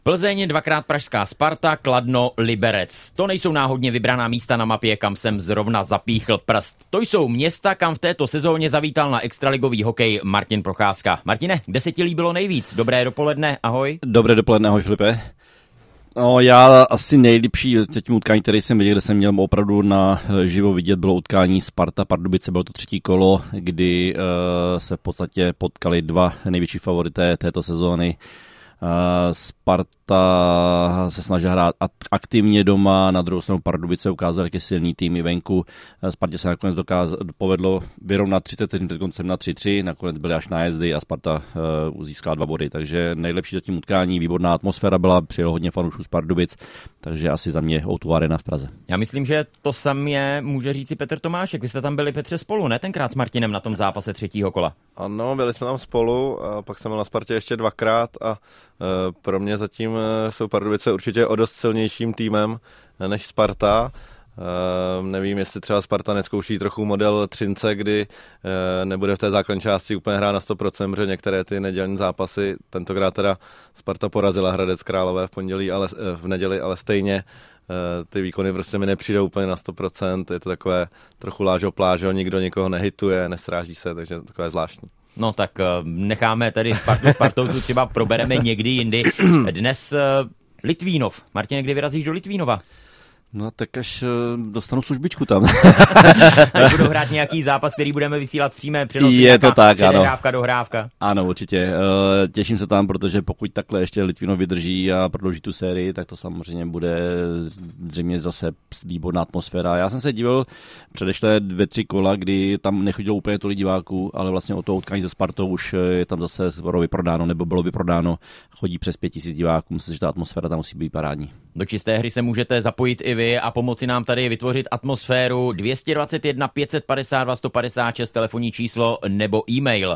Plzeň, dvakrát pražská Sparta, Kladno, Liberec. To nejsou náhodně vybraná místa na mapě, kam jsem zrovna zapíchl prst. To jsou města, kam v této sezóně zavítal na extraligový hokej Martin Procházka. Martine, kde se ti líbilo nejvíc? Dobré dopoledne, ahoj. Dobré dopoledne, ahoj Filipe. No, já asi nejlepší tím utkání, který jsem viděl, kde jsem měl opravdu na živo vidět, bylo utkání Sparta-Pardubice, bylo to třetí kolo, kdy se v podstatě potkali dva největší favorité této sezóny. Sparta se snaží hrát aktivně doma, na druhou stranu Pardubice ukázal, jak je silný tým i venku. Spartě se nakonec povedlo vyrovnat 30 vteřin před koncem na 3-3, nakonec byly až nájezdy a Sparta získala 2 body, takže nejlepší zatím utkání, výborná atmosféra byla, přijelo hodně fanoušů z Pardubic, takže asi za mě O2 Arena v Praze. Já myslím, že to samé může říci Petr Tomášek, vy jste tam byli, Petře, spolu, ne tenkrát s Martinem na tom zápase třetího kola? Ano, byli jsme tam spolu a pak jsem byl na Spartě ještě 2krát a pro mě zatím jsou Pardubice určitě o dost silnějším týmem než Sparta. Nevím, jestli třeba Sparta nezkouší trochu model Třince, kdy nebude v té základní části úplně hrát na 100%, protože některé ty nedělní zápasy, tentokrát teda Sparta porazila Hradec Králové v neděli, ale stejně ty výkony prostě mi nepřijdou úplně na 100%, je to takové trochu lážo plážo, nikdo nikoho nehituje, nesráží se, takže to takové zvláštní. No tak necháme tady Spartou, tu třeba probereme někdy jindy. Dnes Litvínov. Martine, kdy vyrazíš do Litvínova? No tak až dostanu službičku tam. Tak budou hrát nějaký zápas, který budeme vysílat v přímé přenosu. Je to tak, ano. Předehrávka, dohrávka. Ano, určitě. Těším se tam, protože pokud takhle ještě Litvínov vydrží a prodlouží tu sérii, tak to samozřejmě bude zřejmě zase výborná atmosféra. Já jsem se díval předešlé 2-3 kola, kdy tam nechodilo úplně tolik diváků, ale vlastně o to utkání se Spartou už je tam zase vyprodáno, nebo bylo vyprodáno. Chodí přes 5000 diváků, myslím, že ta atmosféra tam musí být parádní. Do čisté hry se můžete zapojit i vy a pomoci nám tady vytvořit atmosféru. 221 552 156 telefonní číslo nebo e-mail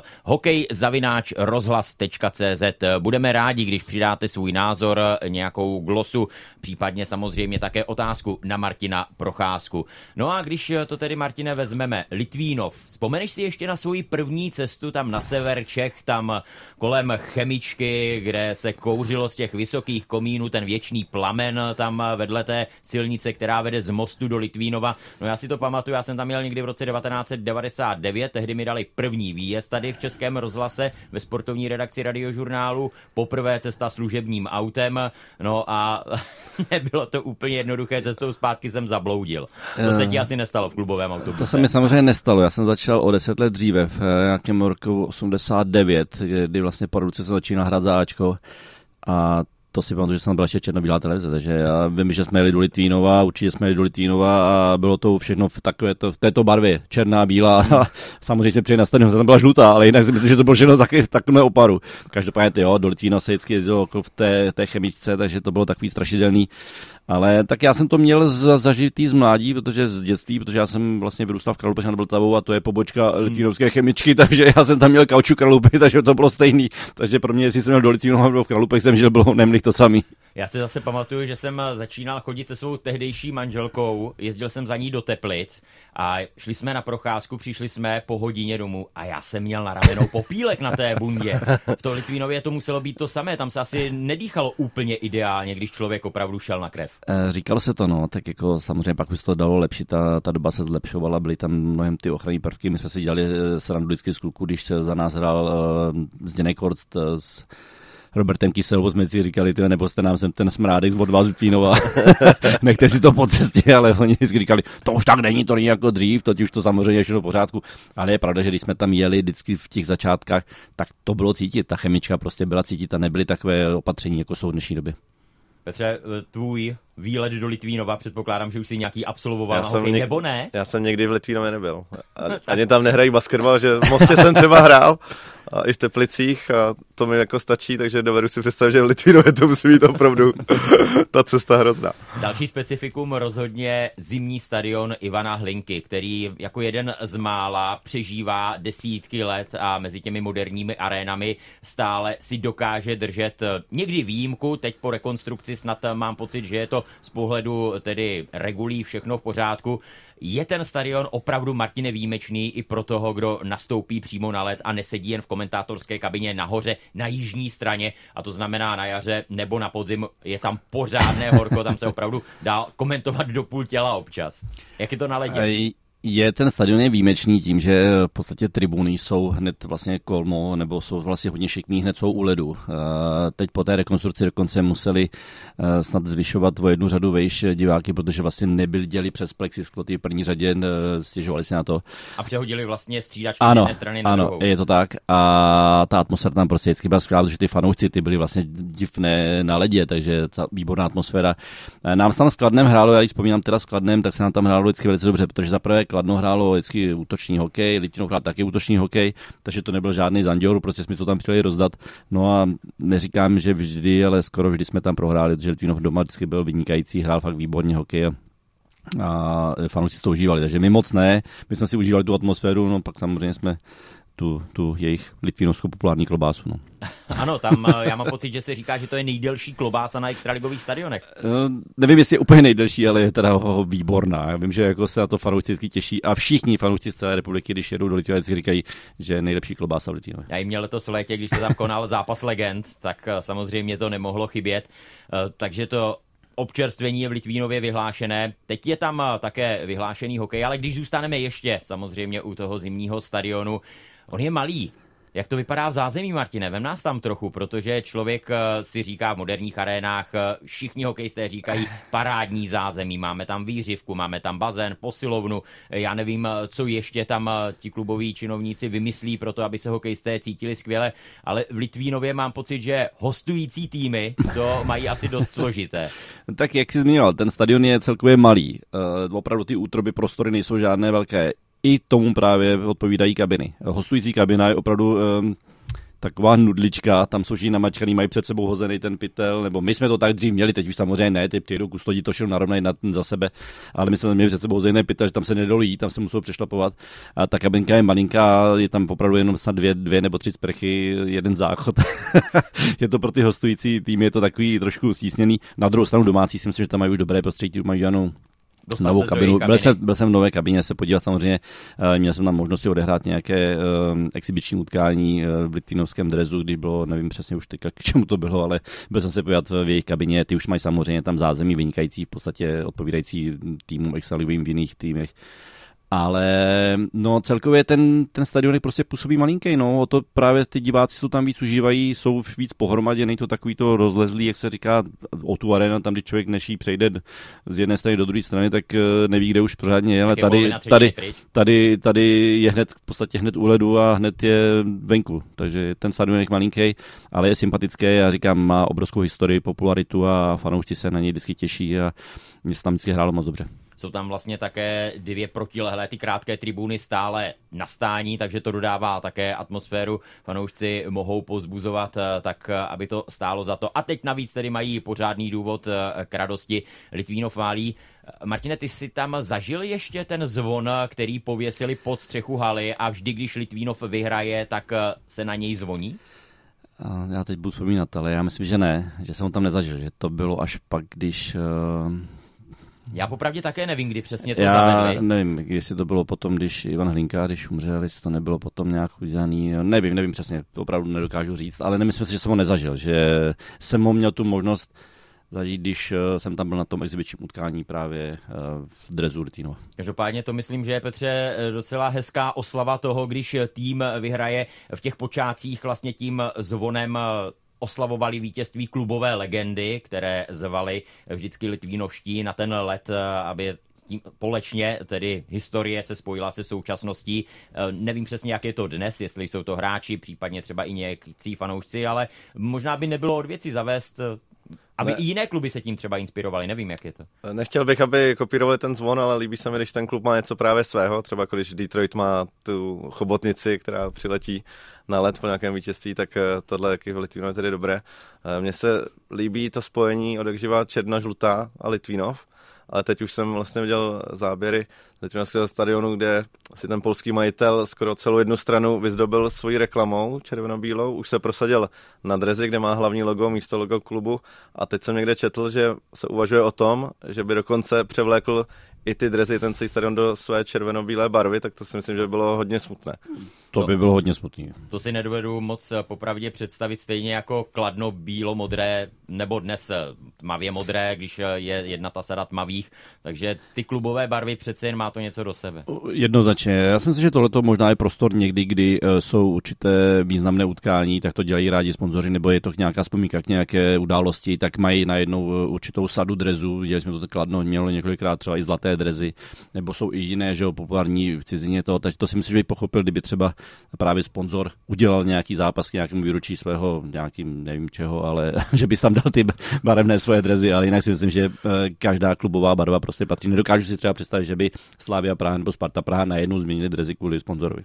hokej@rozhlas.cz. Budeme rádi, když přidáte svůj názor, nějakou glosu, případně samozřejmě také otázku na Martina Procházku. No a když to tedy, Martine, vezmeme, Litvínov, vzpomeneš si ještě na svoji první cestu tam na sever Čech, tam kolem Chemičky, kde se kouřilo z těch vysokých komínů, ten věčný plamen tam vedle té silnice, která vede z Mostu do Litvínova. No já si to pamatuju, já jsem tam měl někdy v roce 1999, tehdy mi dali první výjezd tady v Českém rozhlase ve sportovní redakci Radiožurnálu, poprvé cesta služebním autem, no a nebylo to úplně jednoduché, cestou zpátky jsem zabloudil. To se ti asi nestalo v klubovém autobuse. To se mi samozřejmě nestalo, já jsem začal o 10 let dříve, v nějakém roku 89, kdy vlastně po roce se začíná hrát za Ačko a to si pamatuju, že jsem byl ještě černobílá televize, takže já vím, že jsme jeli do Litvínova, určitě jsme jeli do Litvínova a bylo to všechno v této barvě, černá, bílá a samozřejmě jsme přijeli na stadion, tam byla žlutá, ale jinak si myslím, že to bylo všechno v takovém oparu. Každopádně do Litvínova se vždycky jezdilo v té chemičce, takže to bylo takový strašidelný. Ale tak já jsem to měl zažitý z mládí, z dětství, protože já jsem vlastně vyrůstal v Kralupech nad Vltavou a to je pobočka litvínovské chemičky, takže já jsem tam měl kauču Kralupy, takže to bylo stejný. Takže pro mě, jestli jsem měl do Litvínova nebo v Kralupech, jsem žil, bylo nemlich to samý. Já si zase pamatuju, že jsem začínal chodit se svou tehdejší manželkou, jezdil jsem za ní do Teplic a šli jsme na procházku, přišli jsme po hodině domů a já jsem měl na ramenou popílek na té bundě. V to Litvínově to muselo být to samé, tam se asi nedýchalo úplně ideálně, když člověk opravdu šel na krev. Říkalo se to, no, tak jako samozřejmě pak už to dalo lepší, ta doba se zlepšovala, byly tam mnohem ty ochranné prvky, my jsme si dělali srandu vždycky z kluku, když se za nás hrál Zdeněk Horst s Robertem Kyselou, jsme si říkali, nebo jste nám sem ten smrádek z odvazu Litvínova, nechte si to po cestě, ale oni vždycky říkali, to už tak není, to není jako dřív, to už to samozřejmě všechno v pořádku, ale je pravda, že když jsme tam jeli vždycky v těch začátkách, tak to bylo cítit, ta chemička prostě byla cítit a nebyly takové opatření, jako jsou v dnešní době. Petře, tvůj výlet do Litvínova, předpokládám, že už si nějaký absolvoval na hokej, nebo ne? Já jsem někdy v Litvínově nebyl. Ani tam nehrají basketbal, že v Mostě jsem třeba hrál a i v Teplicích a to mi jako stačí, takže dovedu si představit, že v Litvínově to musí být opravdu ta cesta hrozná. Další specifikum rozhodně zimní stadion Ivana Hlinky, který jako jeden z mála přežívá desítky let a mezi těmi moderními arénami stále si dokáže držet někdy výjimku, teď po rekonstrukci snad mám pocit, že je to z pohledu tedy regulí všechno v pořádku. Je ten stadion opravdu, Martine, výjimečný i pro toho, kdo nastoupí přímo na led a nesedí jen v komentátorské kabině nahoře na jižní straně, a to znamená na jaře nebo na podzim je tam pořádné horko, tam se opravdu dá komentovat do půl těla občas. Jak je to na ledě? Ten stadion je výjimečný tím, že v podstatě tribuny jsou hned vlastně kolmo, nebo jsou vlastně hodně šikmý, hned jsou u ledu. Teď po té rekonstrukci dokonce museli snad zvyšovat o jednu řadu vejš diváky, protože vlastně nebyli děli přes plexisklo, ty v první řadě stěžovali si na to. A přehodili vlastně střídačku z jedné strany na druhou. Ano, je to tak. A ta atmosféra tam prostě vždycky byla skvělá, protože ty fanoušci, ty byli vlastně divné na ledě, takže ta výborná atmosféra. Nám se tam s Kladnem hrálo, já když vzpomínám teda s Kladnem, tak se nám tam hrálo vždycky velice dobře, protože zaprvé Kladno hrálo vždycky útočný hokej, Litvínov hrál taky útočný hokej, takže to nebyl žádný zanděr, prostě jsme to tam přijeli rozdat. No a neříkám, že vždy, ale skoro vždy jsme tam prohráli, protože Litvínov doma vždycky byl vynikající, hrál fakt výborně hokej a fanoušci to užívali, takže my moc ne, my jsme si užívali tu atmosféru, no pak samozřejmě jsme tu jejich litvínovskou populární klobásu. No. Ano, tam já mám pocit, že se říká, že to je nejdelší klobása na extraligových stadionech. Nevím, jestli je úplně nejdelší, ale je teda výborná. Já vím, že jako se na to fanoušci vždycky těší a všichni fanoušci z celé republiky, když jedou do Litvínova, vždycky říkají, že je nejlepší klobása v Litvínově. Já jim měl letos v létě, když se tam konal zápas legend, tak samozřejmě to nemohlo chybět. Takže to občerstvení je v Litvínově vyhlášené. Teď je tam také vyhlášený hokej, ale když zůstaneme ještě samozřejmě u toho zimního stadionu, on je malý. Jak to vypadá v zázemí, Martine? Vem nás tam trochu, protože člověk si říká v moderních arénách, všichni hokejisté říkají parádní zázemí. Máme tam výřivku, máme tam bazén, posilovnu. Já nevím, co ještě tam ti kluboví činovníci vymyslí pro to, aby se hokejisté cítili skvěle, ale v Litvínově mám pocit, že hostující týmy to mají asi dost složité. Tak jak jsi zmínil, ten stadion je celkově malý. Opravdu ty útroby prostory nejsou žádné velké. I tomu právě odpovídají kabiny. Hostující kabina je opravdu taková nudlička, tam jsou všichni namačkaný, mají před sebou hozený ten pytel, nebo my jsme to tak dřív měli, teď už samozřejmě ne, ty přijedou kustodí to šel narovnají za sebe, ale my jsme měli před sebou hozený pytel, že tam se nedolí, tam se musou přešlapovat. A ta kabinka je malinká, je tam opravdu jenom snad dvě nebo tři sprchy, jeden záchod. Je to pro ty hostující týmy, je to takový trošku stísněný. Na druhou stranu domácí si myslím, že tam mají už dobré prostředí, mají Janu novou kabinu. Byl jsem v nové kabině se podívat samozřejmě, měl jsem tam možnost si odehrát nějaké exibiční utkání v litvínovském dresu, když bylo, nevím přesně už teďka, k čemu to bylo, ale byl jsem se podívat v jejich kabině, ty už mají samozřejmě tam zázemí vynikající, v podstatě odpovídající týmům extraligovým v jiných týmech. Ale no celkově ten stadion prostě působí malinký, no, o to právě ty diváci jsou tam víc užívají, jsou víc pohromadě, není to takový to rozlezlý, jak se říká, o tu arena, tam, když člověk neší přejde z jedné strany do druhé strany, tak neví, kde už pořádně je, ale tady je hned v podstatě hned u ledu a hned je venku, takže ten stadion je malinký, ale je sympatický, já říkám, má obrovskou historii, popularitu a fanoušci se na něj vždycky těší a mě se tam vždycky hrálo moc dobře. Jsou tam vlastně také dvě protilehlé, ty krátké tribuny stále na stání, takže to dodává také atmosféru. Fanoušci mohou povzbuzovat tak, aby to stálo za to. A teď navíc tedy mají pořádný důvod k radosti. Litvínov válí. Martine, ty jsi tam zažil ještě ten zvon, který pověsili pod střechu haly a vždy, když Litvínov vyhraje, tak se na něj zvoní? Já teď budu vzpomínat, ale já myslím, že ne, že jsem ho tam nezažil, že to bylo až pak, když... Já popravdě také nevím, kdy přesně to zavedli. Já nevím, jestli to bylo potom, když Ivan Hlinka, když umřel, jestli to nebylo potom nějak udělaný, nevím přesně, to opravdu nedokážu říct, ale nemyslím si, že jsem ho nezažil, že jsem ho měl tu možnost zažít, když jsem tam byl na tom exibičním utkání právě v dresu Litvínova. Každopádně to myslím, že je, Petře, docela hezká oslava toho, když tým vyhraje v těch počátcích vlastně tím zvonem oslavovali vítězství klubové legendy, které zvali vždycky litvínovští na ten let, aby společně tedy historie se spojila se současností. Nevím přesně, jak je to dnes, jestli jsou to hráči, případně třeba i někteří fanoušci, ale možná by nebylo od věci zavést, aby i jiné kluby se tím třeba inspirovali, nevím, jak je to. Nechtěl bych, aby kopírovali ten zvon, ale líbí se mi, když ten klub má něco právě svého, třeba jako když Detroit má tu chobotnici, která přiletí na let po nějakém vítězství, tak tohle je v Litvínově tedy dobré. Mně se líbí to spojení od jakživa černá, žlutá a Litvínov, ale teď už jsem vlastně viděl záběry Litvínovského stadionu, kde si ten polský majitel skoro celou jednu stranu vyzdobil svojí reklamou červeno-bílou, už se prosadil na dresy, kde má hlavní logo místo logo klubu a teď jsem někde četl, že se uvažuje o tom, že by dokonce převlékl i ty dresy, ten celý stadion do své červeno-bílé barvy, tak to si myslím, že by bylo hodně smutné. To by bylo hodně smutné. To si nedovedu moc popravdě představit, stejně jako Kladno bílo-modré, nebo dnes tmavě modré, když je jedna ta sada tmavých, takže ty klubové barvy přece jen má to něco do sebe. Jednoznačně. Já si myslím, že tohleto možná je prostor někdy, kdy jsou určité významné utkání, tak to dělají rádi sponzoři, nebo je to nějaká vzpomínka k nějaké události, tak mají najednou určitou sadu drezů. Viděli jsme to Kladno mělo několikrát třeba i zlaté drezy, nebo jsou i jiné, že jo, populární v cizině toho, takže to si myslím, že by pochopil, kdyby třeba právě sponzor udělal nějaký zápas k nějakému výročí svého, nějakým nevím čeho, ale že bys tam dal ty barevné svoje drezy, ale jinak si myslím, že každá klubová barva prostě patří. Nedokážu si třeba představit, že by Slavia Praha nebo Sparta Praha najednou změnili drezy kvůli sponzorovi.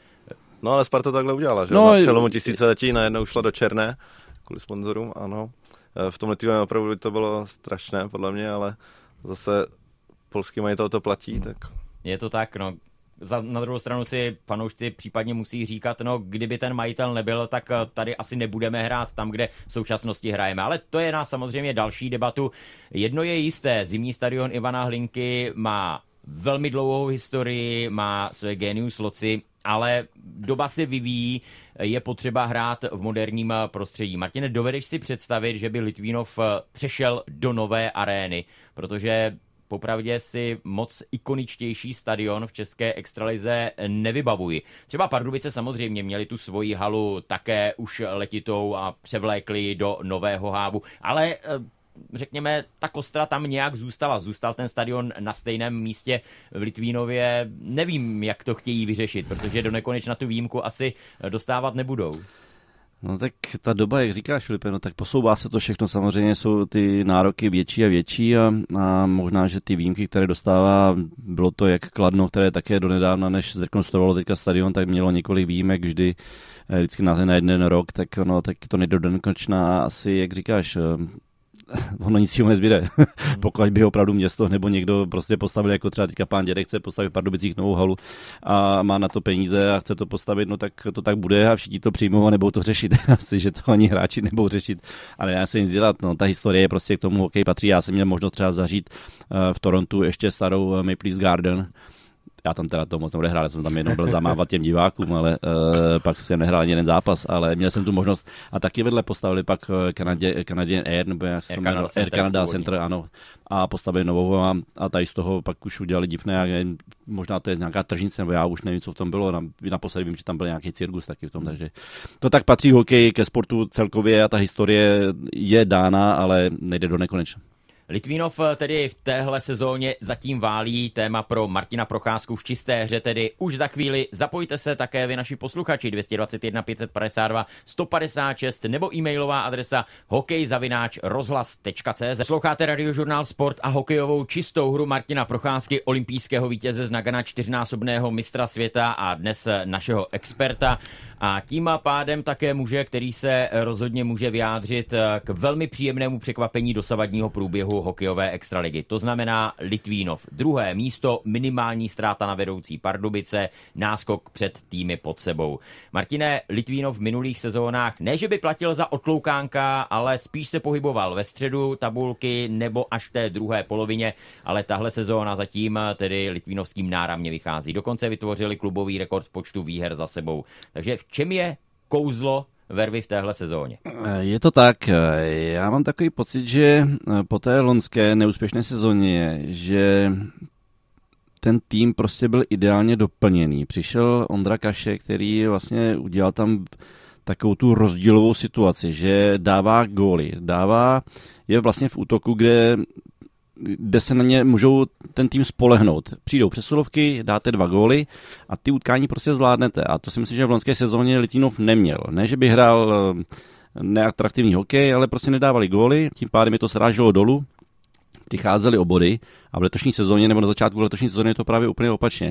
No ale Sparta takhle udělala, že no, na přelomu tisíciletí najednou šla do černé kvůli sponzorům, ano. V tom Litvínově opravdu by to bylo strašné, podle mě, ale zase polský majitel to platí, tak... Je to tak, no. Na druhou stranu si fanoušci případně musí říkat, no kdyby ten majitel nebyl, tak tady asi nebudeme hrát tam, kde v současnosti hrajeme. Ale to je na samozřejmě další debatu. Jedno je jisté, zimní stadion Ivana Hlinky má velmi dlouhou historii, má své genius loci, ale doba se vyvíjí, je potřeba hrát v moderním prostředí. Martine, dovedeš si představit, že by Litvínov přešel do nové arény, protože popravdě si moc ikoničtější stadion v české extralize nevybavuji. Třeba Pardubice samozřejmě měli tu svoji halu také už letitou a převlékli ji do nového hávu, ale řekněme, ta kostra tam nějak zůstala. Zůstal ten stadion na stejném místě v Litvínově. Nevím, jak to chtějí vyřešit, protože do nekonečna tu výjimku asi dostávat nebudou. No tak ta doba, jak říkáš, Filipe, no tak posouvá se to všechno, samozřejmě jsou ty nároky větší a větší a možná, že ty výjimky, které dostává, bylo to jak Kladno, které také donedávna, než zrekonstruovalo teďka stadion, tak mělo několik výjimek vždycky na jeden rok, tak to nejde do nekonečna asi, jak říkáš, ono nic jiného nezbyde. Pokud by opravdu město nebo někdo prostě postavil, jako třeba teďka pán Dědek chce postavit v Pardubicích novou halu a má na to peníze a chce to postavit, no tak to tak bude a všichni to přijmou a nebudou to řešit. Asi, že to ani hráči nebudou řešit, ale já se nic dělat. No, ta historie je prostě k tomu hokej patří. Já jsem měl možnost třeba zažít v Torontu ještě starou Maple Leafs Garden. Já tam teda to moc neodehrál, jsem tam jenom byl zamávat těm divákům, ale pak jsem nehrál ani jeden zápas, ale měl jsem tu možnost a taky vedle postavili pak Canadian Air, nebo jak se to jmenuje, Air Canada Center, ano, a postavili novou a tady z toho pak už udělali divné a možná to je nějaká tržnice, nebo já už nevím, co v tom bylo, naposledy vím, že tam byl nějaký cirkus taky v tom, takže to tak patří hokej ke sportu celkově a ta historie je dána, ale nejde do nekonečna. Litvínov tedy v téhle sezóně zatím válí, téma pro Martina Procházku v čisté hře tedy už za chvíli. Zapojte se také vy naši posluchači 221 552 156 nebo e-mailová adresa hokej@rozhlas.cz. Posloucháte Radiožurnál Sport a hokejovou čistou hru Martina Procházky, olympijského vítěze z Nagana, 4násobného mistra světa a dnes našeho experta. A tím pádem také který se rozhodně může vyjádřit k velmi příjemnému překvapení dosavadního průběhu hokejové extraligy. To znamená Litvínov. 2. místo, minimální ztráta na vedoucí Pardubice, náskok před týmy pod sebou. Martine, Litvínov v minulých sezónách ne, že by platil za otloukánka, ale spíš se pohyboval ve středu tabulky nebo až v té druhé polovině, ale tahle sezóna zatím tedy litvínovským náramně vychází. Dokonce vytvořili klubový rekord počtu výher za sebou. Takže v čem je kouzlo Vervy v téhle sezóně? Je to tak. Já mám takový pocit, že po té loňské neúspěšné sezóně, že ten tým prostě byl ideálně doplněný. Přišel Ondra Kaše, který vlastně udělal tam takovou tu rozdílovou situaci, že dává góly, je vlastně v útoku, kde se na ně můžou ten tým spolehnout. Přijdou přesilovky, dáte 2 góly a ty utkání prostě zvládnete. A to si myslím, že v loňské sezóně Litvínov neměl. Ne, že by hrál neatraktivní hokej, ale prostě nedávali góly, tím pádem je to sráželo dolů, přicházeli o body a v letošní sezóně nebo na začátku letošní sezóny je to právě úplně opačně.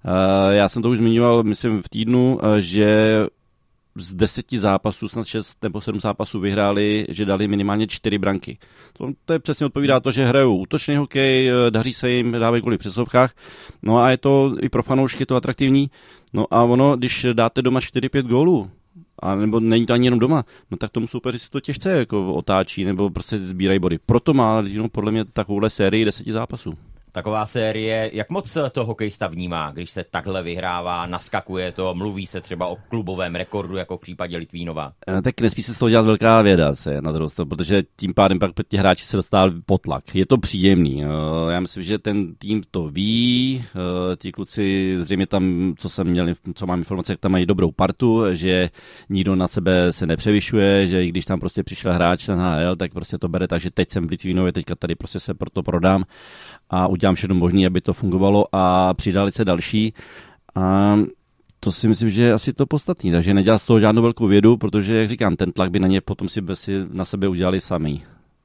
Já jsem to už zmiňoval, myslím, v týdnu, že z 10 zápasů, snad 6 nebo 7 zápasů vyhráli, že dali minimálně 4 branky. To je přesně odpovídá to, že hrajou útočný hokej, daří se jim, dávají góly v přesilovkách, no a je to i pro fanoušky to atraktivní. No a ono, když dáte doma 4-5 gólů, a nebo není to ani jenom doma, no tak tomu soupeři si to těžce jako otáčí, nebo prostě sbírají body. Proto má podle mě takovouhle sérii 10 zápasů. Taková série, jak moc to hokejista vnímá, když se takhle vyhrává, naskakuje to, mluví se třeba o klubovém rekordu, jako v případě Litvínova? Tak nesmí se z toho dělat velká věda, na druhou stranu, protože tím pádem pak ti hráči se dostávají pod tlak. Je to příjemný. Já myslím, že ten tým to ví, ti kluci zřejmě tam, co mám informace, jak tam mají dobrou partu, že nikdo na sebe se nepřevyšuje, že i když tam prostě přišel hráč na NHL, tak prostě to bere tak, že teď jsem v Litvínově, teďka tady prostě se proto prodám a udělám všechno možné, aby to fungovalo a přidali se další. A to si myslím, že je asi to podstatný, takže nedělat z toho žádnou velkou vědu, protože, jak říkám, ten tlak by na ně potom si na sebe udělali sami.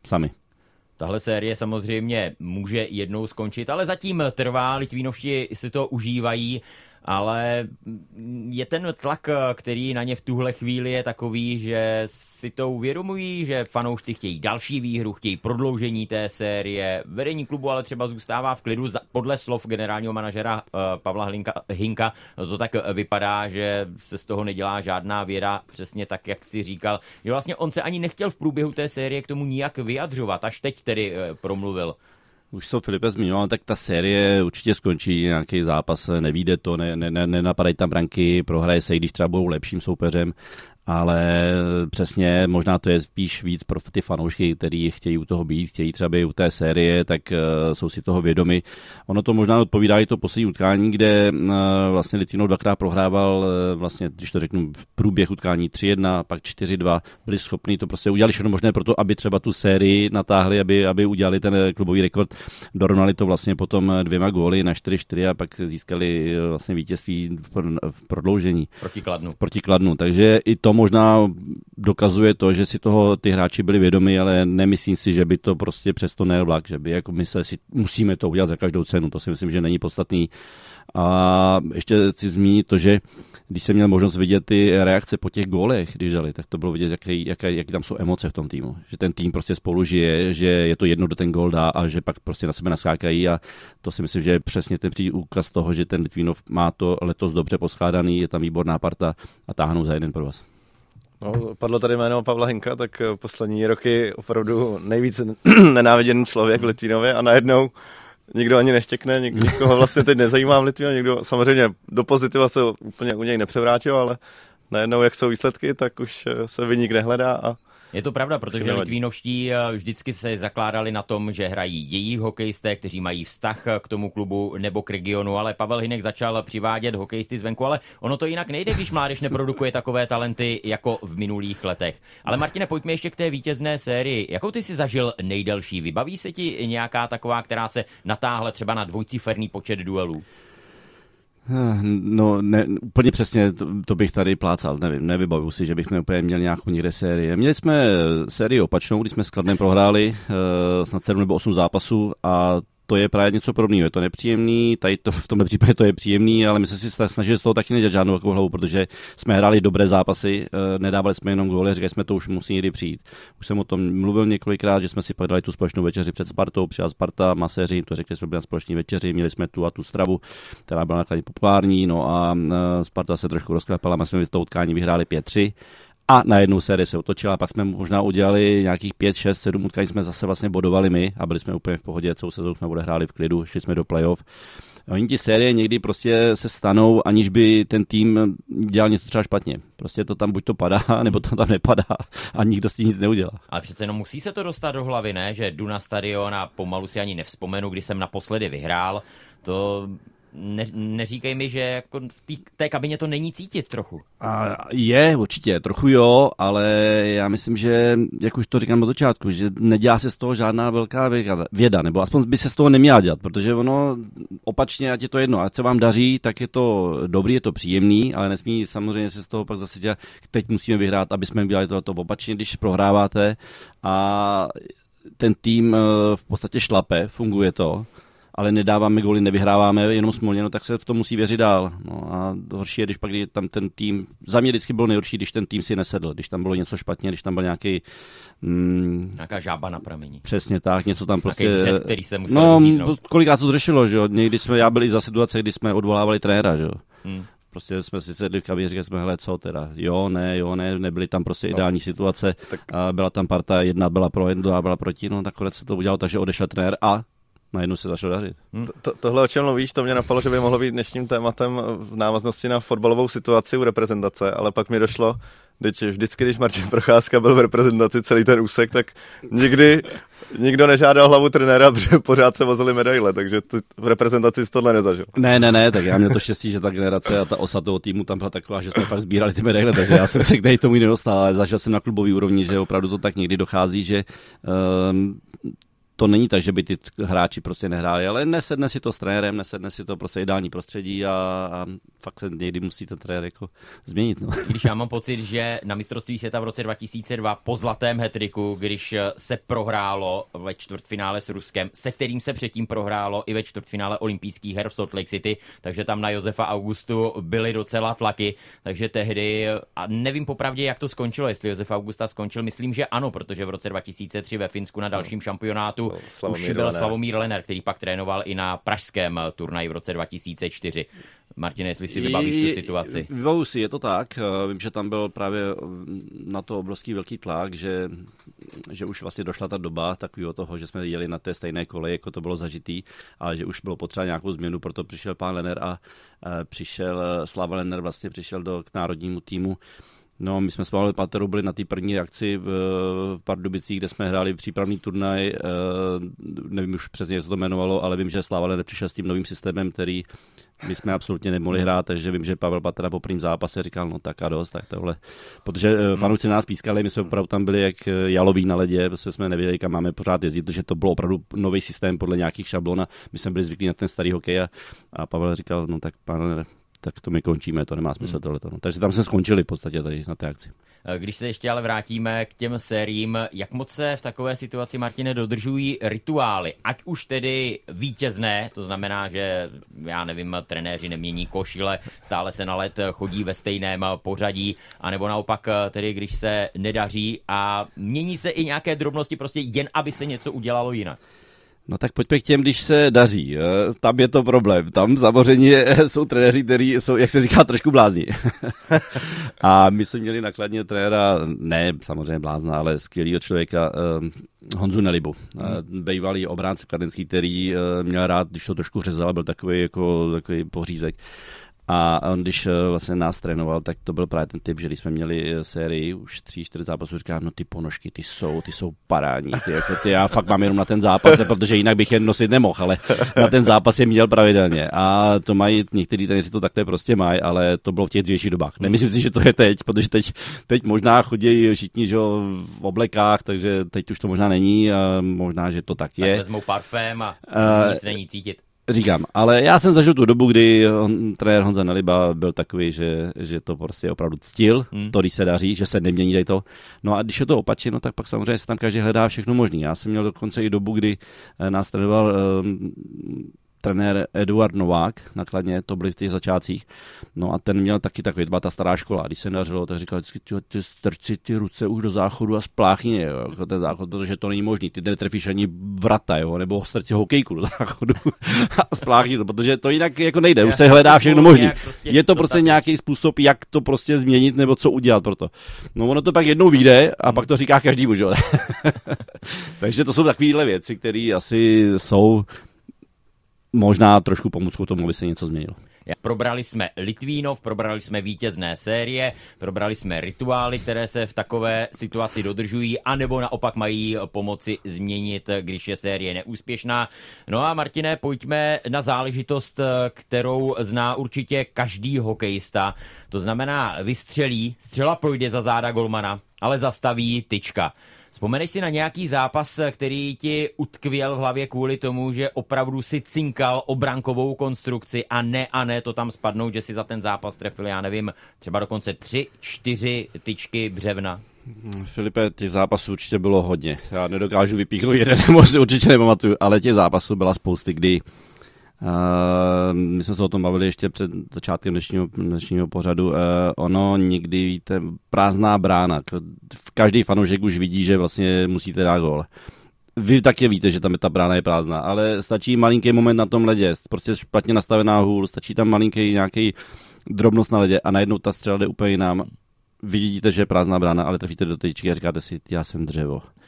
Tahle série samozřejmě může jednou skončit, ale zatím trvá, Litvínovští si to užívají, ale je ten tlak, který na ně v tuhle chvíli je takový, že si to uvědomují, že fanoušci chtějí další výhru, chtějí prodloužení té série, vedení klubu ale třeba zůstává v klidu. Podle slov generálního manažera Pavla Hinka to tak vypadá, že se z toho nedělá žádná věda, přesně tak, jak si říkal, že vlastně on se ani nechtěl v průběhu té série k tomu nijak vyjadřovat, až teď tedy promluvil. Už to Filipe zmiňoval, tak ta série určitě skončí, nějaký zápas, nevíde to, nenapadají tam branky, prohraje se, i když třeba budou lepším soupeřem, ale přesně možná to je spíš víc pro ty fanoušky, kteří chtějí u toho být, chtějí třeba být u té série, tak jsou si toho vědomi. Ono to možná odpovídá i to poslední utkání, kde vlastně Litvínov dvakrát prohrával, vlastně, když to řeknu, v průběh utkání 3-1, pak 4-2, byli schopni to prostě udělali všechno možné pro to, aby třeba tu sérii natáhli, aby udělali ten klubový rekord, dorovnali to vlastně potom 2 góly na 4-4 a pak získali vlastně vítězství v prodloužení. Proti Kladnu. Takže i to možná dokazuje to, že si toho ty hráči byli vědomi, ale nemyslím si, že by to prostě přesto nejel vlak, že by jako mysleli si, musíme to udělat za každou cenu. To si myslím, že není podstatný. A ještě chci zmínit to, že když jsem měl možnost vidět ty reakce po těch gólech, když dali, tak to bylo vidět, jaké tam jsou emoce v tom týmu. Že ten tým prostě spolu žije, že je to jedno, kdo ten gól dá a že pak prostě na sebe naskákají a to si myslím, že je přesně ten úkaz toho, že ten Litvínov má to letos dobře poskládaný, je tam výborná parta a táhnou za jeden pro vás. No, padlo tady jméno Pavla Hinka, tak poslední roky opravdu nejvíc nenáviděný člověk v Litvínově a najednou nikdo ani neštěkne, nikoho vlastně teď nezajímá v Litvínově, někdo samozřejmě do pozitiva se úplně u něj nepřevrátil, ale najednou, jak jsou výsledky, tak už se viník nehledá a je to pravda, protože Litvínovští vždycky se zakládali na tom, že hrají jejich hokejisté, kteří mají vztah k tomu klubu nebo k regionu, ale Pavel Hinek začal přivádět hokejisty zvenku, ale ono to jinak nejde, když mládež neprodukuje takové talenty jako v minulých letech. Ale Martine, pojďme ještě k té vítězné sérii. Jakou ty si zažil nejdelší? Vybaví se ti nějaká taková, která se natáhla třeba na dvojciferný počet duelů? No, ne, úplně přesně to bych tady plácal, nevybavuju si, že bychom úplně měli nějakou někde sérii. Měli jsme sérii opačnou, když jsme s Kladnem prohráli snad 7 nebo 8 zápasů a to je právě něco podobného. Je to nepříjemný, tady to, v tomhle případě to je příjemný, ale my jsme si snažili z toho taky nedělat žádnou takovou hlavu, protože jsme hráli dobré zápasy, nedávali jsme jenom góly, říkali jsme, to už musí někdy přijít. Už jsem o tom mluvil několikrát, že jsme si pak dali tu společnou večeři před Spartou, přijela Sparta, maséři, to řekli jsme, byli na společné večeři, měli jsme tu a tu stravu, která byla nakladně populární, no a Sparta se trošku rozklepala, my jsme to utkání vyhráli 5-3. A na jednu sérii se otočila, pak jsme možná udělali nějakých 5, 6, 7 utkání, jsme zase vlastně bodovali my a byli jsme úplně v pohodě, celou sezónu jsme odehráli v klidu, šli jsme do playoff. Oni ti série někdy prostě se stanou, aniž by ten tým dělal něco třeba špatně. Prostě to tam buď to padá, nebo to tam nepadá a nikdo s tím nic neudělá. Ale přece jenom musí se to dostat do hlavy, ne? Že jdu na stadion a pomalu si ani nevzpomenu, kdy jsem naposledy vyhrál. To neříkej mi, že jako v té kabině to není cítit trochu. A je, určitě, trochu jo, ale já myslím, že, jak už to říkám od začátku, že nedělá se z toho žádná velká věda, nebo aspoň by se z toho neměla dělat, protože ono opačně, ať je to jedno, ať se vám daří, tak je to dobrý, je to příjemný, ale nesmí samozřejmě se z toho pak zase dělat, teď musíme vyhrát, aby jsme dělali to opačně, když prohráváte a ten tým v podstatě šlape, funguje to, ale nedáváme góly, nevyhráváme, jenom smolně, no tak se v tom musí věřit dál. No a horší je, když pak kdy tam ten tým, za mě vždycky bylo nejhorší, když ten tým si nesedl, když tam bylo něco špatně, když tam byl nějaký nějaká žába na prameni. Přesně tak, něco tam prostě. Vřet, který se musel říznout. Kolikrát to řešilo, že jo? Někdy já byli za situace, kdy jsme odvolávali trenéra, že jo? Prostě jsme si sedli v kabině, říkali jsme, hele, co teda, jo, ne, nebyly tam prostě ideální situace, tak. A byla tam parta, jedna byla pro, jedna byla proti, no nakonec se to udělalo, takže odešel trenér a najednou se začalo dařit. Tohle, o čem mluvíš, to mě napadlo, že by mohlo být dnešním tématem v návaznosti na fotbalovou situaci u reprezentace, ale pak mi došlo, vždycky, když Martin Procházka byl v reprezentaci celý ten úsek, tak nikdo nežádal hlavu trenéra, protože pořád se vozili medaile, takže v reprezentaci jsi tohle nezažil. Ne, tak já měl to štěstí, že ta generace a ta osa toho týmu tam byla taková, že jsme fakt sbírali ty medaile, takže já jsem se k tomu nedostal, ale zažil jsem na klubový úrovni, že opravdu to tak někdy dochází, že to není tak, že by ty hráči prostě nehráli, ale nesedne si to s trenérem, nesedne si to prostě ideální prostředí a fakt se někdy musí ten trenér jako změnit. No. Když já mám pocit, že na mistrovství světa v roce 2002 po zlatém hat-tricku, když se prohrálo ve čtvrtfinále s Ruskem, se kterým se předtím prohrálo i ve čtvrtfinále olympijských her v Salt Lake City, takže tam na Josefa Augustu byly docela tlaky, takže tehdy, a nevím popravdě, jak to skončilo, jestli Josef Augusta skončil, myslím, že ano, protože v roce 2003 ve Finsku na dalším šampionátu už byl Slavomír Lenner, který pak trénoval i na pražském turnaji v roce 2004. Martine, jestli si vybavíš tu situaci. Vybavuji si, je to tak. Vím, že tam byl právě na to obrovský velký tlak, že už vlastně došla ta doba takového toho, že jsme jeli na té stejné koleji, jako to bylo zažitý, ale že už bylo potřeba nějakou změnu, proto přišel pán Lenner a Slava Lenner vlastně přišel k národnímu týmu. No, my jsme s Pavlem Paterou byli na té první akci v Pardubicích, kde jsme hráli přípravný turnaj, nevím už přesně, jak se to jmenovalo, ale vím, že Slava Lenner přišel s tím novým systémem, který my jsme absolutně nemohli hrát, takže vím, že Pavel Patera po prvním zápase říkal, no tak a dost, tak tohle. Protože fanoušci nás pískali, my jsme opravdu tam byli jak jaloví na ledě, protože jsme nevěděli, kam máme pořád jezdit, protože to bylo opravdu nový systém podle nějakých šablon a my jsme byli zvyklí na ten starý hokej a Pavel říkal, no tak pane, tak to my končíme, to nemá smysl tohleto. No. Takže tam jsme skončili v podstatě tady na té akci. Když se ještě ale vrátíme k těm sériím, jak moc se v takové situaci, Martine, dodržují rituály? Ať už tedy vítězné, to znamená, že já nevím, trenéři nemění košile, stále se na led chodí ve stejném pořadí, anebo naopak tedy, když se nedaří a mění se i nějaké drobnosti, prostě jen aby se něco udělalo jinak. No tak pojďme k těm, když se daří. Tam je to problém. Tam samozřejmě jsou trenéři, kteří jsou, jak se říká, trošku blázní. A my jsme měli nakladně trenéra, ne samozřejmě blázna, ale skvělýho člověka, Honzu Nelibu. Bývalý obránce kladenský, který měl rád, když to trošku řezal, byl takový pořízek. A on, když vlastně nás trénoval, tak to byl právě ten typ, že když jsme měli sérii už 3-4 zápasů, říká, no ty ponožky, ty jsou parádní, ty já fakt mám jenom na ten zápas, protože jinak bych je nosit nemohl, ale na ten zápas je měl pravidelně. A to mají, některý trenéři to takhle prostě mají, ale to bylo v těch dřívějších dobách. Nemyslím si, že to je teď, protože teď možná chodí všichni, že v oblekách, takže teď už to možná není, a možná, že to tak je. Tak vezmou parfém a nic není cítit. Říkám, ale já jsem zažil tu dobu, kdy trenér Honza Neliba byl takový, že to prostě opravdu ctil, to, když se daří, že se nemění tady to. No a když je to opačně, no tak pak samozřejmě se tam každý hledá všechno možný. Já jsem měl dokonce i dobu, kdy nás trénoval trenér Eduard Novák na Kladně, to byly v těch začátcích. No a ten měl taky takový, byla ta stará škola. Když se dařilo, tak říkal vždycky, ty strči ty ruce už do záchodu a spláchni je, jako ten záchod, protože to není možný. Ty netrefíš ani vrata, jo, nebo strči hokejku do záchodu a spláchni to, protože to jinak jako nejde. Už se hledá všechno možný. Je to prostě nějaký způsob, jak to prostě změnit nebo co udělat pro to. No ono to pak jednou vyjde a pak to říká každému, že? Takže to jsou takovéhle věci, které asi jsou možná trošku pomůckou tomu, aby se něco změnilo. Probrali jsme Litvínov, probrali jsme vítězné série, probrali jsme rituály, které se v takové situaci dodržují, anebo naopak mají pomoci změnit, když je série neúspěšná. No a Martine, pojďme na záležitost, kterou zná určitě každý hokejista. To znamená, vystřelí, střela projde za záda golmana, ale zastaví tyčka. Vzpomeneš si na nějaký zápas, který ti utkvěl v hlavě kvůli tomu, že opravdu si cinkal o brankovou konstrukci a ne to tam spadnout, že si za ten zápas trefil, já nevím, třeba dokonce 3-4 tyčky břevna? Filipe, těch zápasů určitě bylo hodně. Já nedokážu vypíchnout jeden, nebo si určitě nepamatuju, ale těch zápasů byla spousty, kdy my jsme se o tom bavili ještě před začátkem dnešního pořadu. Ono někdy, víte, prázdná brána. Každý fanoušek už vidí, že vlastně musíte dát gól. Vy taky víte, že tam ta brána je prázdná, ale stačí malinký moment na tom ledě, prostě špatně nastavená hůl, stačí tam malinký nějaký drobnost na ledě a najednou ta střela jde úplně jinam. Vidíte, že je prázdná brána, ale trefíte do tyčky a říkáte si, já jsem dřevo.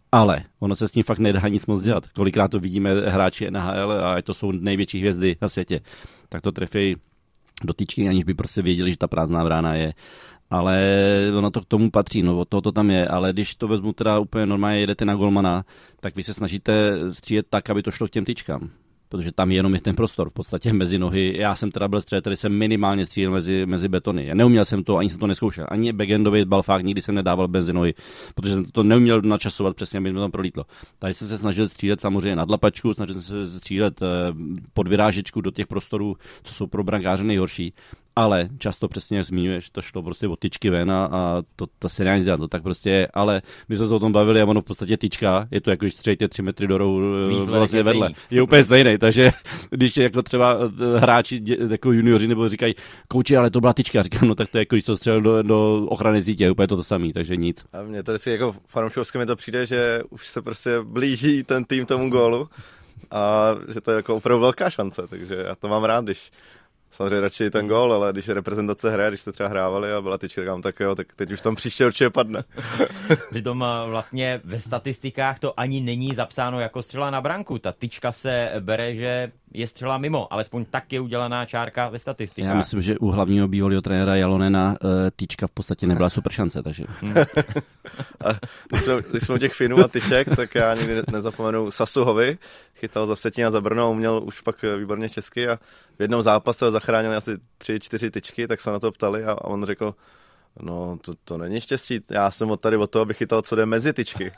Ale ono se s tím fakt nedá nic moc dělat. Kolikrát to vidíme hráči NHL a to jsou největší hvězdy na světě, tak to trefí do tyčky, aniž by prostě věděli, že ta prázdná brána je. Ale ono to k tomu patří, no od toho to tam je, ale když to vezmu teda úplně normálně, jedete na golmana, tak vy se snažíte střílet tak, aby to šlo k těm tyčkám. Protože tam jenom je ten prostor v podstatě mezi nohy. Já jsem teda byl střelec, který jsem minimálně střílel mezi betony. Já neuměl jsem to, ani jsem to neskoušel. Ani backendový balfák nikdy jsem nedával mezi nohy, protože jsem to neuměl načasovat přesně, aby mi to tam prolítlo. Takže jsem se snažil střílet samozřejmě nad lapačku, snažil jsem se střílet pod vyrážečku do těch prostorů, co jsou pro brankáře nejhorší. Ale často přesně jak zmiňuješ, to šlo prostě od tyčky ven a to se nedá nic dělat, to tak prostě je, ale my jsme se o tom bavili a ono v podstatě tyčka, je to jako když střejte 3 metry do rohu vlastně vedle. Je úplně stejný, takže když jako třeba hráči jako junioři nebo říkají, kouči, ale to byla tyčka, říkám, no tak to je jako když to střelil do ochrany sítě, úplně to samý, takže nic. A mně to vždycky jako fanouškovsky mi to přijde, že už se prostě blíží ten tým tomu gólu a že to je jako opravdu velká šance, takže já to mám rád, když samozřejmě radši ten gól, ale když je reprezentace hraje, když jste třeba hrávali a byla tyčka, říkám, tak jo, tak teď už tam příště určitě padne. Přitom vlastně ve statistikách to ani není zapsáno jako střela na branku. Ta tyčka se bere, že je střela mimo, alespoň tak je udělaná čárka ve statistikách. Já myslím, že u hlavního bývalého trenéra Jalonena tyčka v podstatě nebyla super šance, takže. A když jsme u těch Finů a tyček, tak já nikdy nezapomenu Sasuhovi, chytal za Vsetín a za Brno, uměl už pak výborně česky a v jednom zápase zachránili asi 3-4 tyčky, tak se na to ptali a on řekl, no to není štěstí, já jsem od toho, abych chytal, co jde mezi tyčky.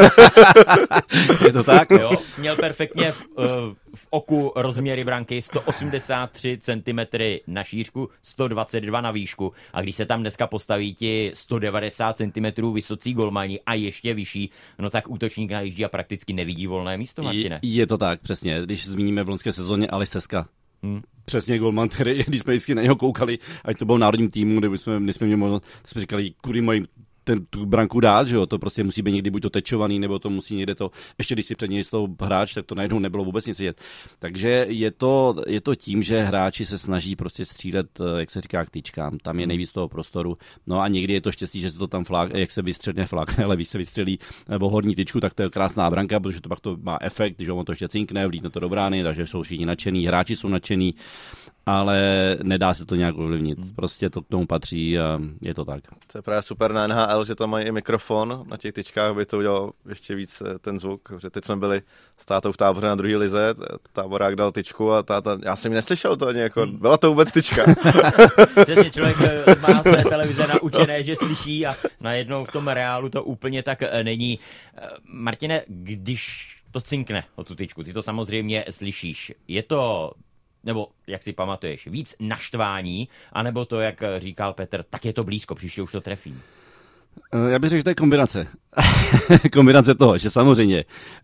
Je to tak? Jo, měl perfektně v oku rozměry branky 183 cm na šířku, 122 na výšku a když se tam dneska postaví ti 190 cm vysocí golmani a ještě vyšší, no tak útočník najíždí a prakticky nevidí volné místo, Martine. Je to tak, přesně, když zmíníme v loňské sezóně Alex Teska. Přesně golman, který, když jsme vždycky na něho koukali, ať to byl v národním týmu, kde jsme měli možnost, jsme říkali, kudy mají tu branku dát, že jo, to prostě musí být někdy buď to tečovaný, nebo to musí někde to, ještě když si před něj z toho hráč, tak to najednou nebylo vůbec nic vidět. Takže je to tím, že hráči se snaží prostě střílet, jak se říká, k tyčkám, tam je nejvíc toho prostoru, no a někdy je to štěstí, že se to tam jak se vystřelí flak, ale když se vystřelí horní tyčku, tak to je krásná branka, protože to pak to má efekt, že on to ještě cinkne, vlítne to do brány, takže jsou všichni nadšení, hráči jsou nadšení, ale nedá se to nějak ovlivnit. Prostě to k tomu patří a je to tak. To je právě super na NHL, že tam mají i mikrofon na těch tyčkách, aby to udělal ještě víc ten zvuk. Že teď jsme byli s tátou v Táboře na druhé lize, táborák dal tyčku a táta, já jsem ji neslyšel to ani jako, byla to vůbec tyčka. Přesně, člověk má své televize naučené, že slyší a najednou v tom reálu to úplně tak není. Martine, když to cinkne o tu tyčku, ty to samozřejmě slyšíš, je to, nebo jak si pamatuješ, víc naštvání, anebo to, jak říkal Petr, tak je to blízko, příště už to trefím? Já bych řekl, že to je kombinace. Kombinace toho, že samozřejmě,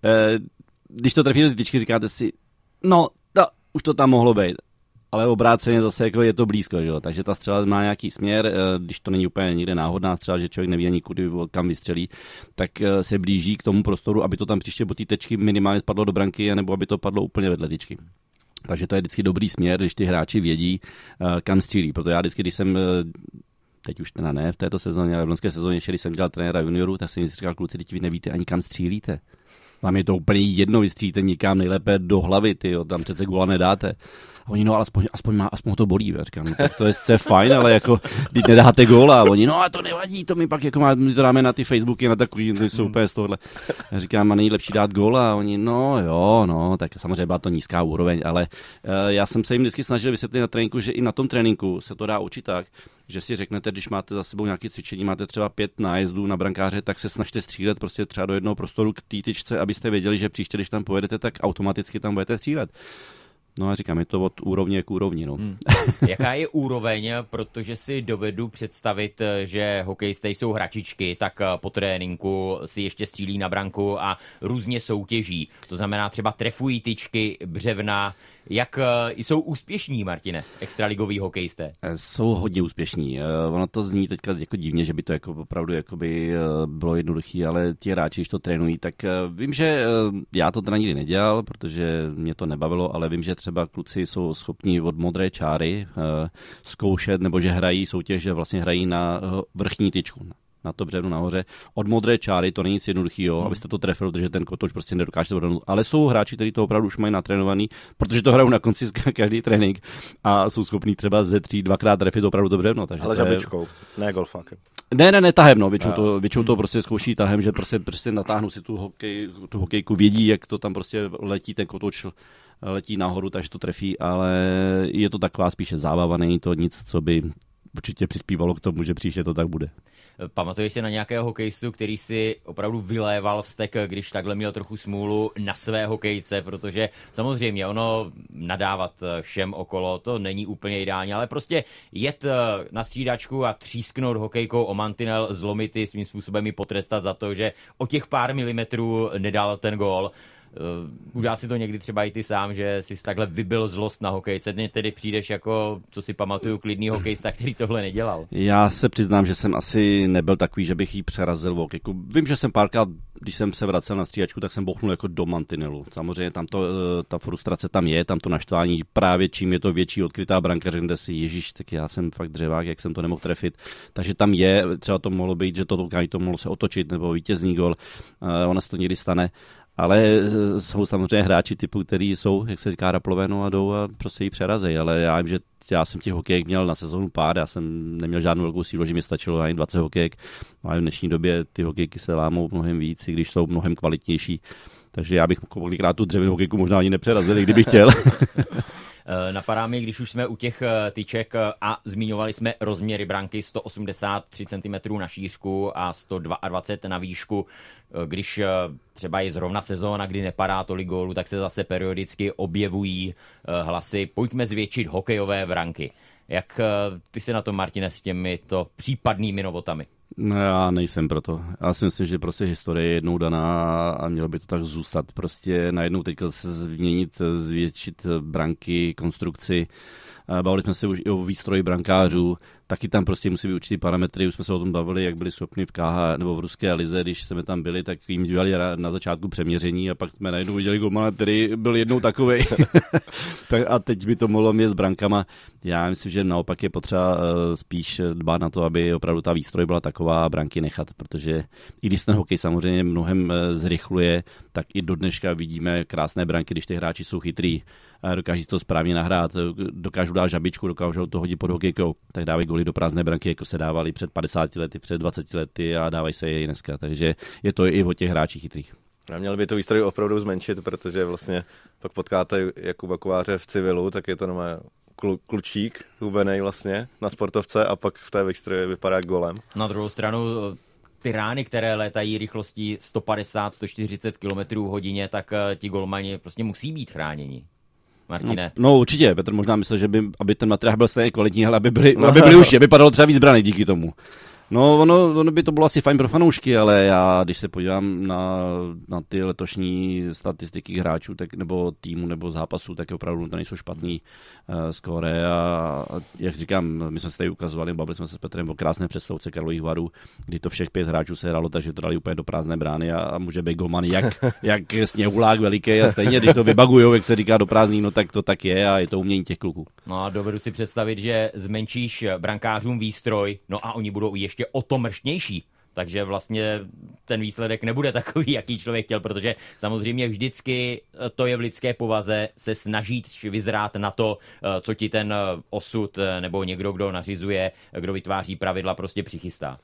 když to trefí do ty tyčky, říkáte si, no, už to tam mohlo být. Ale obráceně zase jako je to blízko, že jo? Takže ta střela má nějaký směr, když to není úplně někde náhodná střela, že člověk neví ani kudy, kam vystřelí, tak se blíží k tomu prostoru, aby to tam příště po té tečky minimálně spadlo do branky, nebo aby to padlo úplně vedle tyčky. Takže to je vždycky dobrý směr, když ty hráči vědí, kam střílí. Proto já vždycky, když jsem, teď už teda ne v této sezóně, ale v loňské sezóně, když jsem dělal trenéra juniorů, tak jsem mi říkal, kluci, teď vy nevíte ani kam střílíte. Vám je to úplně jedno, vy střílíte nikam, nejlépe do hlavy, tyjo, tam přece góla nedáte. A oni, no, ale aspoň to bolí. Já říkám, no, to je fajn, ale jako, když nedáte góla. A oni, no a to nevadí, to my pak jako my to dáme na ty Facebooky, na takový, to jsou úplně z tohohle. Já říkám, a nejlepší dát góla. A oni, no jo, no, tak samozřejmě byla to nízká úroveň, ale já jsem se jim vždycky snažil vysvětlit na tréninku, že i na tom tréninku se to dá učit tak, že si řeknete, když máte za sebou nějaké cvičení, máte třeba 5 nájezdů na brankáře, tak se snažte střílet prostě třeba do jednoho prostoru k té tyčce, abyste věděli, že příště, když tam pojedete, tak automaticky tam budete střílet. No a říkám, je to od úrovně k úrovni. No. Jaká je úroveň, protože si dovedu představit, že hokejisté jsou hračičky, tak po tréninku si ještě střílí na branku a různě soutěží. To znamená třeba trefují tyčky, břevna. Jak jsou úspěšní, Martine, extraligoví hokejisté? Jsou hodně úspěšní. Ono to zní teďka jako divně, že by to jako opravdu jakoby bylo jednoduché, ale ti hráči, když to trénují, tak vím, že já to teda nikdy nedělal, protože mě to nebavilo, ale vím, že třeba kluci jsou schopni od modré čáry zkoušet, nebo že hrají soutěž, že vlastně hrají na vrchní tyčku. na to břevno nahoře. Od modré čáry to není nic jednoduchého, abyste to trefil, protože ten kotouč prostě nedokáže odhadnout. Ale jsou hráči, kteří to opravdu už mají natrénovaný, protože to hrajou na konci každý trénink a jsou schopní třeba ze 3-2krát trefit opravdu to břevno. Takže ale žabičkou, ne golfákem. Ne, tahem, no. Většinou to prostě zkouší tahem, že prostě natáhnou si tu hokejku, vědí, jak to tam prostě letí, ten kotouč letí nahoru, takže to trefí, ale je to taková spíše zábava, není to nic, co by určitě přispívalo k tomu, že příště to tak bude. Pamatuješ si na nějakého hokejistu, který si opravdu vyléval vztek, když takhle měl trochu smůlu na své hokejce, protože samozřejmě ono nadávat všem okolo, to není úplně ideální, ale prostě jet na střídačku a třísknout hokejkou o mantinel, zlomit ji, svým způsobem i potrestat za to, že o těch pár milimetrů nedal ten gól. Udělal si to někdy třeba i ty sám, že jsi takhle vybil zlost na hokejce, tedy přijdeš jako, co si pamatuju, klidný hokejista, který tohle nedělal. Já se přiznám, že jsem asi nebyl takový, že bych jí přerazil v hokejku. Vím, že jsem párkrát, když jsem se vracel na střídačku, tak jsem bouchnul jako do mantinelu. Samozřejmě tam ta frustrace tam je, tam to naštvání, právě čím je to větší odkrytá branka, řeknete si, ježíš, tak já jsem fakt dřevák, jak jsem to nemohl trefit. Takže tam je, třeba to mohlo být, že to mohlo se otočit, nebo vítězný gol, ona se to někdy stane. Ale jsou samozřejmě hráči typu, který jsou, jak se říká, raplové, no a jdou a prostě ji přerazejí. Ale já vím, že já jsem těch hokejek měl na sezónu pár, já jsem neměl žádnou velkou sílu, že mi stačilo ani 20 hokejek. No a v dnešní době ty hokejky se lámou mnohem víc, i když jsou mnohem kvalitnější. Takže já bych kolikrát tu dřevěnou hokejku možná ani nepřerazil, kdybych chtěl. Napadá mi, když už jsme u těch tyček a zmiňovali jsme rozměry branky 183 cm na šířku a 122 na výšku. Když třeba je zrovna sezóna, kdy nepadá tolik gólů, tak se zase periodicky objevují hlasy, pojďme zvětšit hokejové branky. Jak ty se na to, Martine, s těmito případnými novotami? No, já nejsem proto. Já si myslím, že prostě historie je jednou daná a mělo by to tak zůstat. Prostě najednou teďka se změnit, zvětšit branky, konstrukci. Bavili jsme se už i o výstroji brankářů, taky tam prostě musí být určitý parametry, už jsme se o tom bavili, jak byli schopni v KH nebo v ruské lize, když jsme tam byli, tak jim dělali na začátku přeměření a pak jsme najednou viděli golmana, který byl jednou takovej. A teď by to mohlo mě s brankama. Já myslím, že naopak je potřeba spíš dbát na to, aby opravdu ta výstroj byla taková a branky nechat, protože i když ten hokej samozřejmě mnohem zrychluje, tak i do dneška vidíme krásné branky, když ty hráči jsou chytrý, dokáží to správně nahrát, dokážou dát žabičku, dokážou to hodit pod hokejkou, tak dávají goly do prázdné branky, jako se dávali před 50 lety, před 20 lety a dávají se je i dneska. Takže je to i o těch hráčích chytrých. A měli by tu výstroj opravdu zmenšit, protože vlastně pak potkáte Jakuba Kováře v civilu, tak je to normálně klučík hubenej vlastně na sportovce a pak v té výstroji vypadá golem. Na druhou stranu ty rány, které létají rychlostí 150-140 km/h, tak ti golmani prostě musí být chráněni. Martine. No určitě, Petr možná myslel, že aby ten materiál byl stejně kvalitní, ale aby byli už, aby padalo třeba víc branek díky tomu. No, ono by to bylo asi fajn pro fanoušky, ale já, když se podívám na ty letošní statistiky hráčů, tak, nebo týmu, nebo zápasů, tak opravdu to nejsou špatný skóre a jak říkám, my jsme se tady ukazovali, bavili jsme se s Petrem o krásné přeslovce Karlových Varů, kdy to všech 5 hráčů se hrálo, takže to dali úplně do prázdné brány a může být golman jak sněhulák veliký a stejně, když to vybagujou, jak se říká do prázdný, no tak to tak je a je to umění těch kluků. No a dovedu si představit, že zmenšíš brankářům výstroj, no a oni budou ještě o to mrštnější. Takže vlastně ten výsledek nebude takový, jaký člověk chtěl, protože samozřejmě vždycky to je v lidské povaze se snažit vyzrát na to, co ti ten osud nebo někdo, kdo nařizuje, kdo vytváří pravidla, prostě přichystá.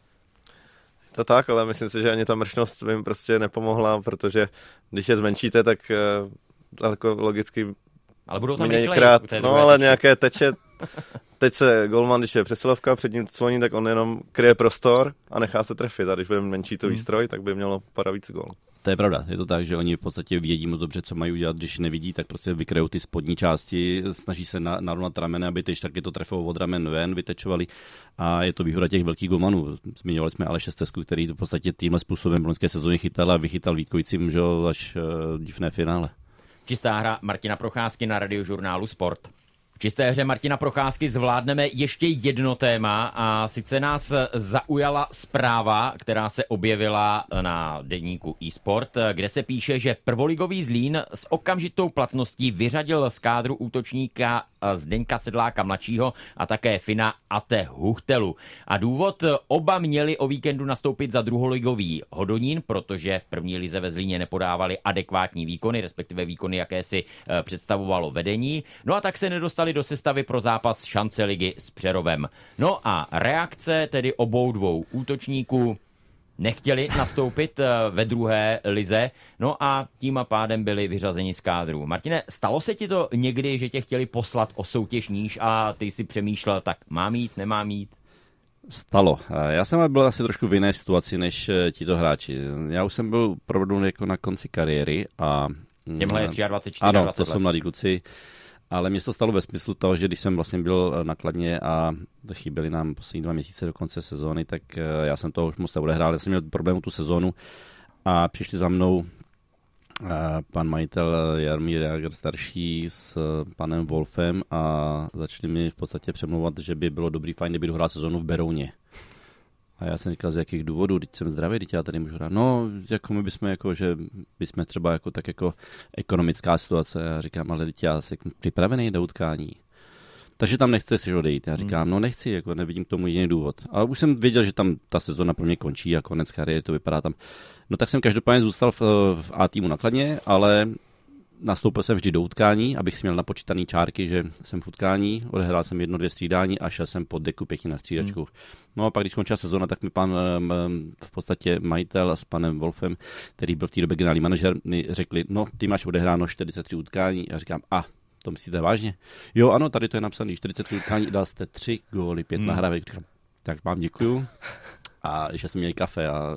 To tak, ale myslím si, že ani ta mršnost by jim prostě nepomohla, protože když je zmenšíte, tak jako logicky... Ale budou tam rychleji. No ale nějaké teče... Teď se golman, když je přesilovka, před ním cloní, tak on jenom kryje prostor a nechá se trefit. A když bude menší to výstroj, tak by mělo padat víc gól. To je pravda, je to tak, že oni v podstatě vědí moc dobře, co mají udělat, když nevidí, tak prostě vykryjou ty spodní části, snaží se narovnat ramena, aby teď taky to trefou od ramen ven, vytečovali a je to výhoda těch velkých golmanů. Zmiňovali jsme Aleše Stesku, který to v podstatě tímhle způsobem v loňské sezóně chytal a vychytal Vítkovicím až divné finále. Čistá hra Martina Procházky na Radiožurnálu Sport. V čisté hře Martina Procházky zvládneme ještě jedno téma a sice nás zaujala zpráva, která se objevila na deníku eSport, kde se píše, že prvoligový Zlín s okamžitou platností vyřadil z kádru útočníka Zdeňka Sedláka mladšího a také Fina Ate Huchtelu. A důvod, oba měli o víkendu nastoupit za druholigový Hodonín, protože v první lize ve Zlíně nepodávali adekvátní výkony, respektive výkony, jaké si představovalo vedení. No a tak se nedostali do sestavy pro zápas šance ligy s Přerovem. No a reakce tedy obou dvou útočníků: nechtěli nastoupit ve druhé lize, no a tím a pádem byli vyřazeni z kádru. Martine, stalo se ti to někdy, že tě chtěli poslat o soutěž níž a ty si přemýšlel, tak mám jít, nemám jít? Stalo. Já jsem byl asi trošku v jiné situaci než tito hráči. Já už jsem byl opravdu jako na konci kariéry a... Těmhle je 23, 24 ano, let. to jsou mladí kluci. Ale mě to stalo ve smyslu toho, že když jsem vlastně byl na Kladně a chyběly nám poslední 2 měsíce do konce sezóny, tak já jsem to už moc odehrál. Já jsem měl problém tu sezónu a přišli za mnou pan majitel Jaromír Jágr starší s panem Wolfem a začali mi v podstatě přemlouvat, že by bylo dobrý, fajn, kdyby dohrál sezónu v Berouně. A já jsem říkal, z jakých důvodů, teď jsem zdravý, teď já tady můžu hrát. No, jako my bychom, jako, že bychom třeba jako, tak jako ekonomická situace. Já říkám, ale teď já jsem připravený do utkání. Takže tam nechce si odejít. Já říkám, no nechci, jako nevidím k tomu jiný důvod. Ale už jsem věděl, že tam ta sezona pro mě končí a konec kariéry to vypadá tam. No tak jsem každopádně zůstal v A týmu na Kladně, ale nastoupil jsem vždy do utkání, abych si měl napočítaný čárky, že jsem v utkání, odehrál jsem 1-2 střídání a šel jsem pod deku pěkně na střídačku. No a pak, když skončila sezona, tak mi pan v podstatě majitel s panem Wolfem, který byl v té době generální manažer, mi řekli, no ty máš odehráno 43 utkání. A říkám, to myslíte vážně? Jo, ano, tady to je napsané, 43 utkání, dal jste 3 góly, 5 nahrávek. Říkám, tak vám děkuju. A ještě jsme měli kafe a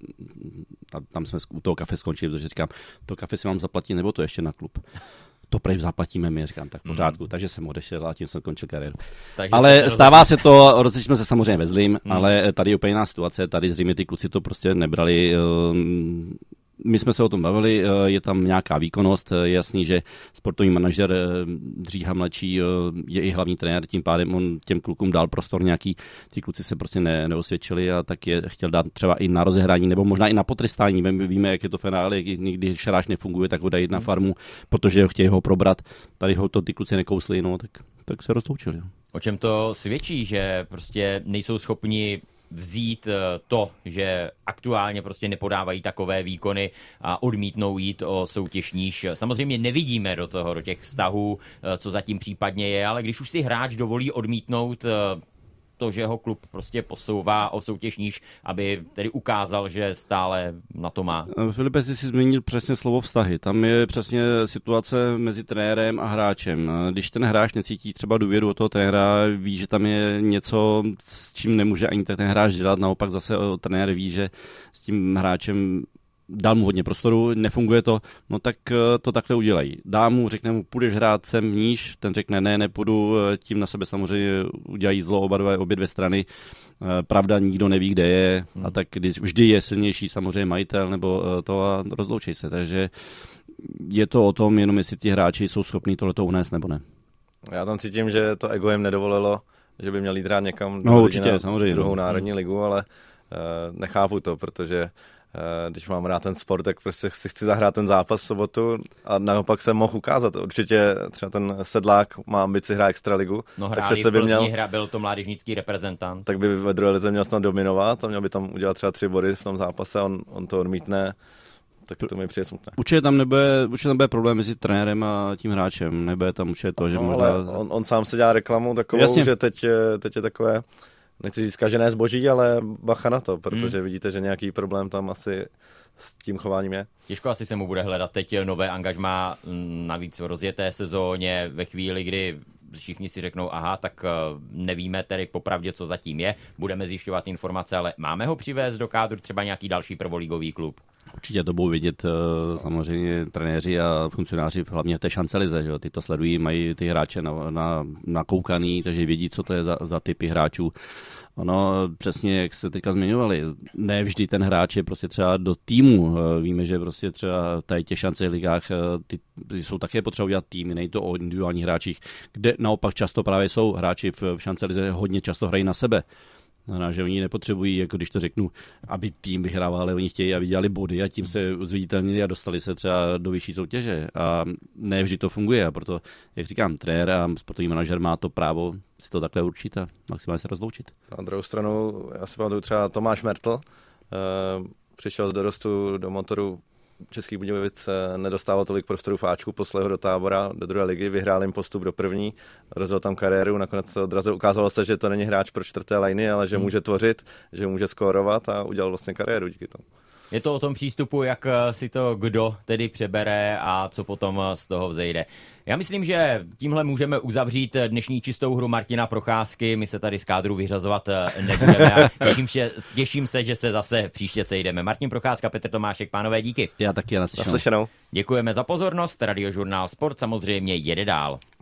tam jsme u toho kafe skončili, protože říkám, to kafe si mám zaplatit, nebo to ještě na klub? To prej zaplatíme my, říkám, tak v pořádku. Takže jsem odešel a tím jsem končil kariéru. Ale stává se to, rozhodli jsme se samozřejmě ve Zlým, ale tady je úplně jiná situace, tady zřejmě ty kluci to prostě nebrali. My jsme se o tom bavili, je tam nějaká výkonnost, je jasný, že sportovní manažer Dříha mladší je i hlavní trenér, tím pádem on těm klukům dal prostor nějaký, ti kluci se prostě neosvědčili a tak je chtěl dát třeba i na rozehrání, nebo možná i na potrestání. My víme, jak je to finále, někdy šaráž nefunguje, tak ho dají na farmu, protože chtějí ho probrat, tady ho to ty kluci nekousli, no, tak se rozloučili. O čem to svědčí, že prostě nejsou schopni vzít to, že aktuálně prostě nepodávají takové výkony a odmítnou jít o soutěž níž. Samozřejmě nevidíme do těch vztahů, co zatím případně je, ale když už si hráč dovolí odmítnout to, že ho klub prostě posouvá o soutěž níž, aby tedy ukázal, že stále na to má. Filipe, jsi si zmínil přesně slovo vztahy. Tam je přesně situace mezi trenérem a hráčem. Když ten hráč necítí třeba důvěru od toho trenéra, ví, že tam je něco, s čím nemůže ani ten hráč dělat, naopak zase trenér ví, že s tím hráčem dal mu hodně prostoru, nefunguje to, no tak to takhle udělají. Dá mu, řekne mu, půjdeš hrát sem níž, ten řekne ne, nepůjdu, tím na sebe samozřejmě udělají zlo obě dvě strany. Pravda, nikdo neví, kde je a tak vždy je silnější samozřejmě majitel nebo to a rozloučí se, takže je to o tom, jenom jestli ti hráči jsou schopní tohleto unést nebo ne. Já tam cítím, že to ego jim nedovolilo, že by měl jít hrát někam samozřejmě, druhou národní ligu, ale nechápu to, protože když mám rád ten sport, tak prostě si chci zahrát ten zápas v sobotu a naopak jsem mohl ukázat. Určitě třeba ten Sedlák má ambici hrát extraligu. No hráli v Plzni, byl to mládežnický reprezentant. Tak by ve druhé lize měl snad dominovat a měl by tam udělat třeba 3 body v tom zápase a on to odmítne. Tak to mi přijde smutné. Určitě tam nebude problém mezi trenérem a tím hráčem. Nebude tam určitě to, že možná... Ale on sám se dělá reklamu takovou, jasně, že teď je takové... Nechci říct zkažené zboží, ale bacha na to, protože vidíte, že nějaký problém tam asi s tím chováním je. Těžko asi se mu bude hledat teď nové angažmá, navíc v rozjeté sezóně, ve chvíli, kdy všichni si řeknou, aha, tak nevíme tedy popravdě, co zatím je, budeme zjišťovat informace, ale máme ho přivést do kádru třeba nějaký další prvoligový klub? Určitě to budou vidět samozřejmě trenéři a funkcionáři, hlavně v té šance lize, že? Ty to sledují, mají ty hráče nakoukaný, takže vědí, co to je za typy hráčů. Ono přesně, jak jste teďka zmiňovali, ne vždy ten hráč je prostě třeba do týmu. Víme, že prostě třeba tady těch šance ligách ty jsou také potřeba udělat týmy, nejde to o individuálních hráčích, kde naopak často právě jsou hráči v šance lize hodně často hrají na sebe. Znamená, že oni nepotřebují, jako když to řeknu, aby tým vyhrával, ale oni chtějí, aby dělali body a tím se zviditelnili a dostali se třeba do vyšší soutěže. A ne vždy to funguje a proto, jak říkám, trenér a sportovní manažer má to právo si to takhle určit a maximálně se rozloučit. Na druhou stranu, já si pamatuju třeba Tomáš Mertl, přišel z dorostu do Motoru Českých Budějovic, nedostával tolik prostoru v Ačku, poslal ho do Tábora, do druhé ligy, vyhrál jim postup do první, rozhodl tam kariéru, nakonec se odrazil, ukázalo se, že to není hráč pro čtvrté lajny, ale že může tvořit, že může skórovat a udělal vlastně kariéru díky tomu. Je to o tom přístupu, jak si to kdo tedy přebere a co potom z toho vzejde. Já myslím, že tímhle můžeme uzavřít dnešní čistou hru Martina Procházky. My se tady z kádru vyřazovat nebudeme a těším se, že se zase příště sejdeme. Martin Procházka, Petr Tomášek, pánové, díky. Já taky, naslyšenou. Děkujeme za pozornost. Radiožurnál Sport samozřejmě jede dál.